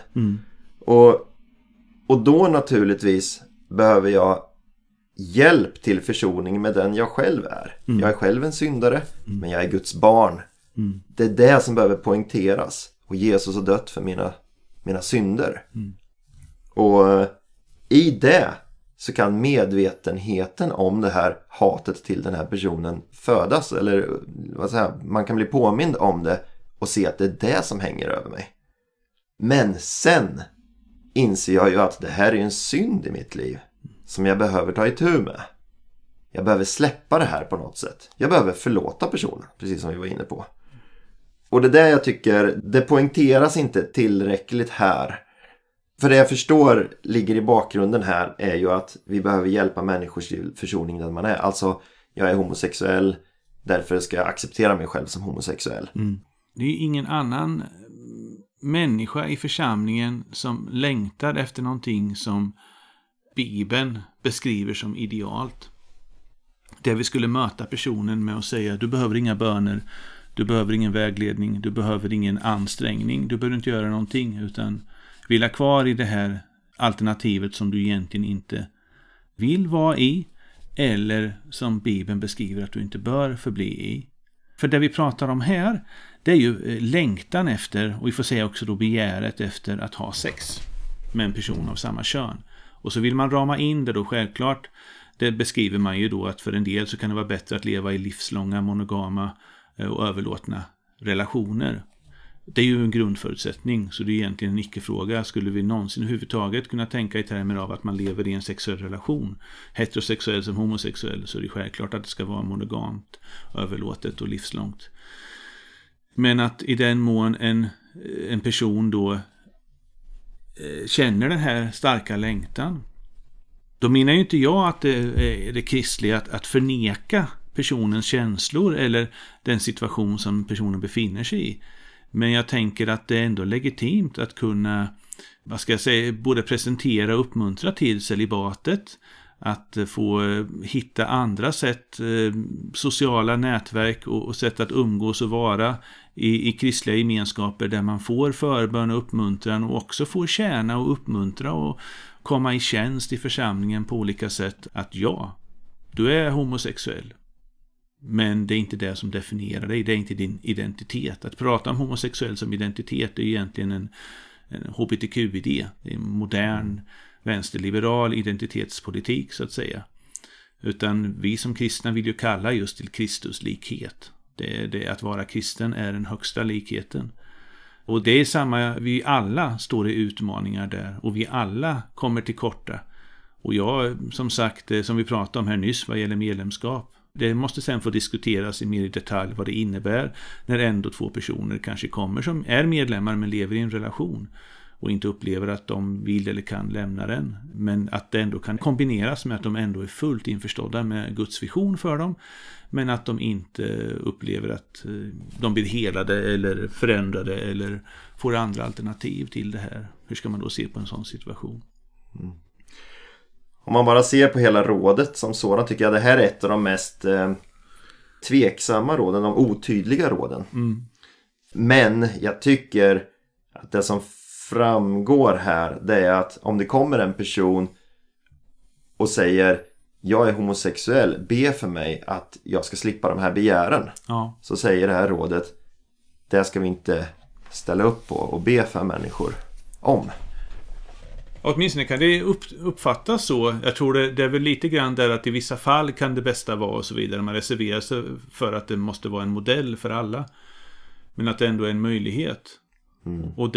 [SPEAKER 2] Och då naturligtvis behöver jag hjälp till försoning med den jag själv är. Jag är själv en syndare, men jag är Guds barn. Det är det som behöver poängteras. Och Jesus har dött för mina synder. Och i det så kan medvetenheten om det här hatet till den här personen födas. Eller vad säger jag, man kan bli påmind om det och se att det är det som hänger över mig. Men sen inser jag ju att det här är en synd i mitt liv som jag behöver ta itu med. Jag behöver släppa det här på något sätt. Jag behöver förlåta personen, precis som vi var inne på. Och det där jag tycker, det poängteras inte tillräckligt här. För det jag förstår ligger i bakgrunden här är ju att vi behöver hjälpa människors till försoning där man är. Alltså, jag är homosexuell, därför ska jag acceptera mig själv som homosexuell.
[SPEAKER 1] Det är ju ingen annan människa i församlingen som längtar efter någonting som Bibeln beskriver som idealt. Där vi skulle möta personen med att säga: du behöver inga böner, du behöver ingen vägledning, du behöver ingen ansträngning, du behöver inte göra någonting, utan vila kvar i det här alternativet som du egentligen inte vill vara i, eller som Bibeln beskriver att du inte bör förbli i. För det vi pratar om här, det är ju längtan efter, och vi får säga också då begäret efter att ha sex med en person av samma kön. Och så vill man rama in det då självklart. Det beskriver man ju då att för en del så kan det vara bättre att leva i livslånga, monogama och överlåtna relationer. Det är ju en grundförutsättning, så det är egentligen en icke-fråga. Skulle vi någonsin överhuvudtaget kunna tänka i termer av att man lever i en sexuell relation, heterosexuell som homosexuell, så är det självklart att det ska vara monogamt, överlåtet och livslångt. Men att i den mån en person då känner den här starka längtan, då menar ju inte jag att det är det kristliga att förneka personens känslor eller den situation som personen befinner sig i. Men jag tänker att det är ändå legitimt att kunna, både presentera och uppmuntra till celibatet, att få hitta andra sätt, sociala nätverk och sätt att umgås och vara i kristliga gemenskaper där man får förbön och uppmuntran och också får tjäna och uppmuntra och komma i tjänst i församlingen på olika sätt. Att ja, du är homosexuell, men det är inte det som definierar dig, det är inte din identitet. Att prata om homosexuell som identitet är egentligen en hbtq-idé. Det är en modern vänsterliberal identitetspolitik så att säga. Utan vi som kristna vill ju kalla just till Kristuslikhet. Det att vara kristen är den högsta likheten. Och det är samma, vi alla står i utmaningar där och vi alla kommer till korta. Och jag, som sagt, som vi pratade om här nyss vad gäller medlemskap, det måste sen få diskuteras i mer i detalj vad det innebär när ändå två personer kanske kommer som är medlemmar men lever i en relation och inte upplever att de vill eller kan lämna den. Men att det ändå kan kombineras med att de ändå är fullt införstådda med Guds vision för dem, men att de inte upplever att de blir helade eller förändrade eller får andra alternativ till det här. Hur ska man då se på en sån situation?
[SPEAKER 2] Mm. Om man bara ser på hela rådet som sådan, tycker jag det här är ett av de mest tveksamma råden, de otydliga råden. Mm. Men jag tycker att det som framgår här, det är att om det kommer en person och säger jag är homosexuell, be för mig att jag ska slippa de här begären. Ja. Så säger det här rådet, det ska vi inte ställa upp på och be för människor om.
[SPEAKER 1] Åtminstone kan det uppfattas så. Jag tror det är väl lite grann där att i vissa fall kan det bästa vara och så vidare. Man reserverar sig för att det måste vara en modell för alla. Men att det ändå är en möjlighet. Mm. Och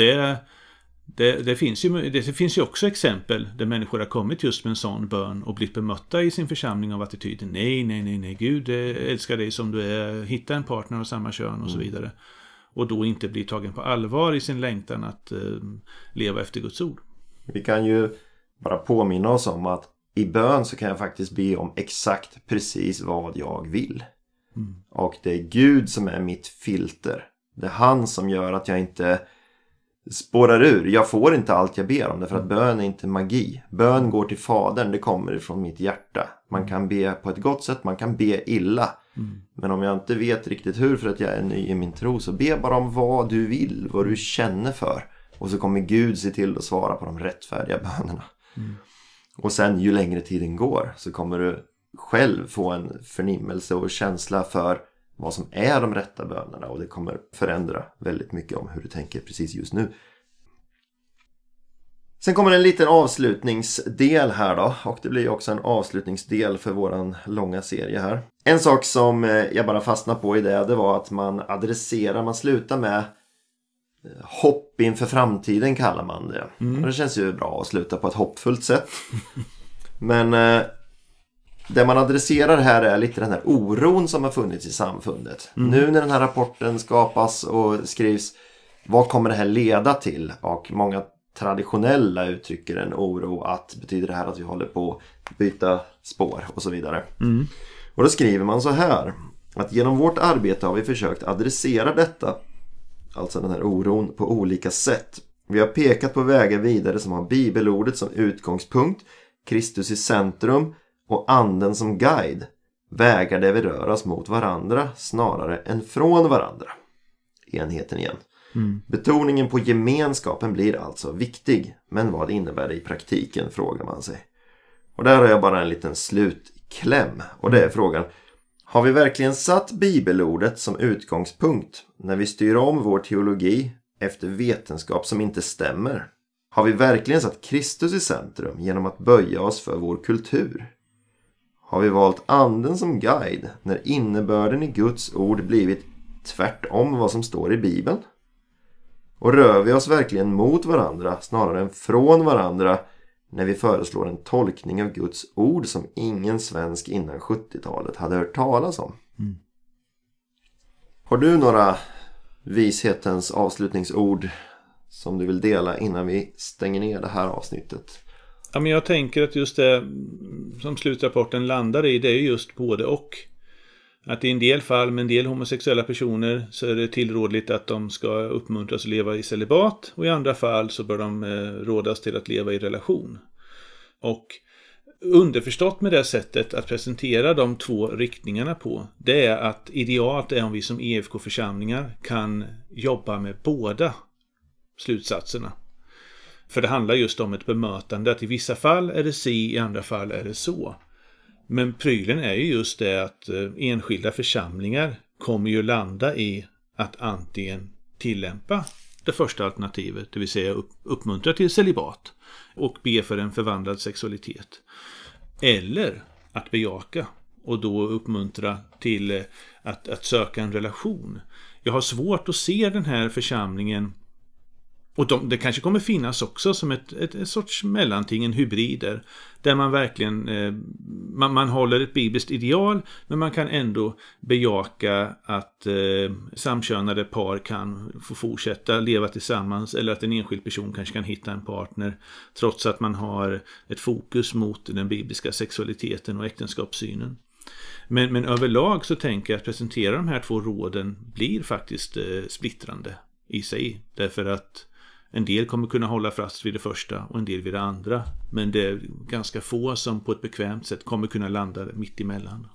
[SPEAKER 1] det finns ju också exempel där människor har kommit just med en sån bön och blivit bemötta i sin församling av attityden nej, Gud älskar dig som du är, hitta en partner av samma kön och så vidare. Och då inte bli tagen på allvar i sin längtan att leva efter Guds ord.
[SPEAKER 2] Vi kan ju bara påminna oss om att i bön så kan jag faktiskt be om exakt precis vad jag vill. Mm. Och det är Gud som är mitt filter. Det är han som gör att jag inte spårar ur. Jag får inte allt jag ber om det, för att bön är inte magi. Bön går till Fadern, det kommer ifrån mitt hjärta. Man kan be på ett gott sätt, man kan be illa. Mm. Men om jag inte vet riktigt hur, för att jag är ny i min tro, så be bara om vad du vill, vad du känner för. Och så kommer Gud se till att svara på de rättfärdiga bönerna. Mm. Och sen ju längre tiden går så kommer du själv få en förnimmelse och känsla för vad som är de rätta bönerna. Och det kommer förändra väldigt mycket om hur du tänker precis just nu. Sen kommer en liten avslutningsdel här då. Och det blir också en avslutningsdel för våran långa serie här. En sak som jag bara fastnade på i det var att man slutar med hopp inför framtiden, kallar man det. Mm. Och det känns ju bra att sluta på ett hoppfullt sätt. Men det man adresserar här är lite den här oron som har funnits i samfundet. Mm. Nu när den här rapporten skapas och skrivs, vad kommer det här leda till? Och många traditionella uttrycker en oro att betyder det här att vi håller på att byta spår och så vidare. Mm. Och då skriver man så här, att genom vårt arbete har vi försökt adressera detta, alltså den här oron, på olika sätt. Vi har pekat på vägar vidare som har bibelordet som utgångspunkt, Kristus i centrum och anden som guide, vägar där vi rör oss mot varandra snarare än från varandra. Enheten igen. Betoningen på gemenskapen blir alltså viktig, men vad innebär det i praktiken, frågar man sig. Och där har jag bara en liten slutkläm, och det är frågan: har vi verkligen satt bibelordet som utgångspunkt när vi styr om vår teologi efter vetenskap som inte stämmer? Har vi verkligen satt Kristus i centrum genom att böja oss för vår kultur? Har vi valt anden som guide när innebörden i Guds ord blivit tvärtom vad som står i Bibeln? Och rör vi oss verkligen mot varandra snarare än från varandra när vi föreslår en tolkning av Guds ord som ingen svensk innan 70-talet hade hört talas om? Har du några vishetens avslutningsord som du vill dela innan vi stänger ner det här avsnittet?
[SPEAKER 1] Ja, men jag tänker att just det som slutrapporten landar i, det är just både och. Att i en del fall med en del homosexuella personer så är det tillrådligt att de ska uppmuntras att leva i celibat, och i andra fall så bör de rådas till att leva i relation. Och underförstått med det sättet att presentera de två riktningarna på, det är att idealt är om vi som EFK-församlingar kan jobba med båda slutsatserna. För det handlar just om ett bemötande, att i vissa fall är det si, i andra fall är det så. Men prylen är ju just det att enskilda församlingar kommer ju landa i att antingen tillämpa det första alternativet, det vill säga uppmuntra till celibat och be för en förvandlad sexualitet. Eller att bejaka och då uppmuntra till att söka en relation. Jag har svårt att se den här församlingen, och det kanske kommer finnas också som ett sorts mellanting, en hybrider, där man verkligen man håller ett bibliskt ideal, men man kan ändå bejaka att samkönade par kan få fortsätta leva tillsammans, eller att en enskild person kanske kan hitta en partner trots att man har ett fokus mot den bibliska sexualiteten och äktenskapssynen. Men överlag så tänker jag att presentera de här två råden blir faktiskt splittrande i sig, därför att en del kommer kunna hålla fast vid det första och en del vid det andra. Men det är ganska få som på ett bekvämt sätt kommer kunna landa mitt emellan.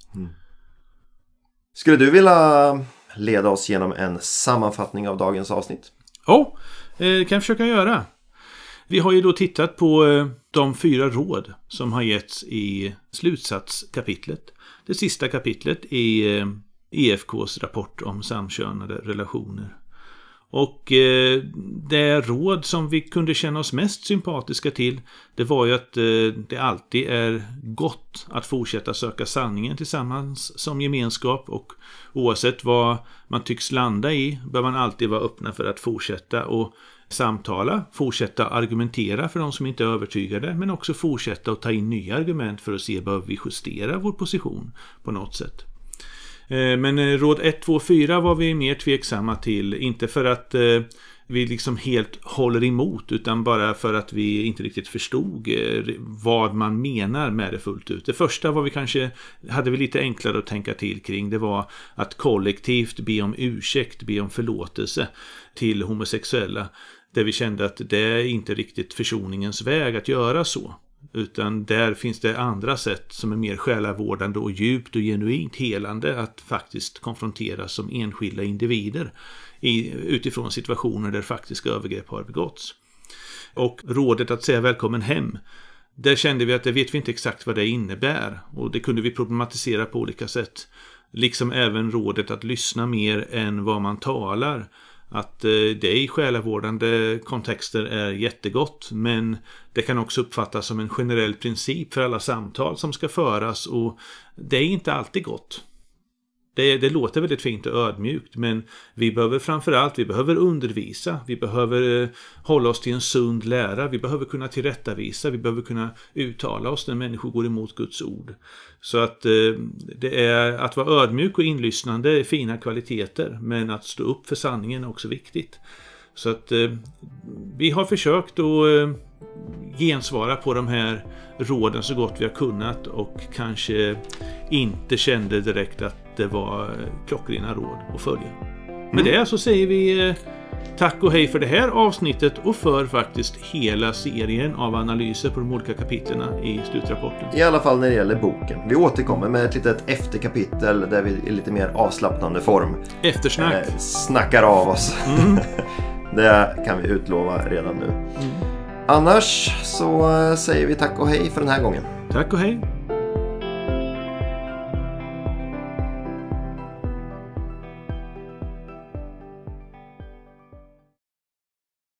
[SPEAKER 2] Skulle du vilja leda oss genom en sammanfattning av dagens avsnitt?
[SPEAKER 1] Ja, det kan jag försöka göra. Vi har ju då tittat på de 4 råd som har getts i slutsatskapitlet. Det sista kapitlet i EFKs rapport om samkönade relationer. Och det råd som vi kunde känna oss mest sympatiska till, det var ju att det alltid är gott att fortsätta söka sanningen tillsammans som gemenskap, och oavsett vad man tycks landa i bör man alltid vara öppna för att fortsätta och samtala, fortsätta argumentera för de som inte är övertygade, men också fortsätta att ta in nya argument för att se behöver vi justera vår position på något sätt. Men råd 1, 2, 4 var vi mer tveksamma till, inte för att vi liksom helt håller emot, utan bara för att vi inte riktigt förstod vad man menar med det fullt ut. Det första var hade vi lite enklare att tänka till kring, det var att kollektivt be om ursäkt, be om förlåtelse till homosexuella, där vi kände att det är inte riktigt försoningens väg att göra så. Utan där finns det andra sätt som är mer själavårdande och djupt och genuint helande att faktiskt konfronteras som enskilda individer utifrån situationer där faktiska övergrepp har begåtts. Och rådet att säga välkommen hem, där kände vi att det vet vi inte exakt vad det innebär, och det kunde vi problematisera på olika sätt. Liksom även rådet att lyssna mer än vad man talar. Att det i själavårdande kontexter är jättegott, men det kan också uppfattas som en generell princip för alla samtal som ska föras, och det är inte alltid gott. Det låter väldigt fint och ödmjukt, men vi behöver undervisa, vi behöver hålla oss till en sund lära, vi behöver kunna tillrättavisa, vi behöver kunna uttala oss när människor går emot Guds ord. Så att det är att vara ödmjuk och inlyssnande är fina kvaliteter, men att stå upp för sanningen är också viktigt. Så att vi har försökt att gensvara på de här råden så gott vi har kunnat, och kanske inte kände direkt att det var klockrena råd att följa. Med det så säger vi Tack och hej för det här avsnittet och för faktiskt hela serien av analyser på de olika kapitlerna i slutrapporten.
[SPEAKER 2] I alla fall när det gäller boken. Vi återkommer med ett litet efterkapitel där vi i lite mer avslappnande form
[SPEAKER 1] eftersnack.
[SPEAKER 2] Snackar av oss. Det kan vi utlova redan nu. Annars så säger vi tack och hej för den här gången.
[SPEAKER 1] Tack och hej.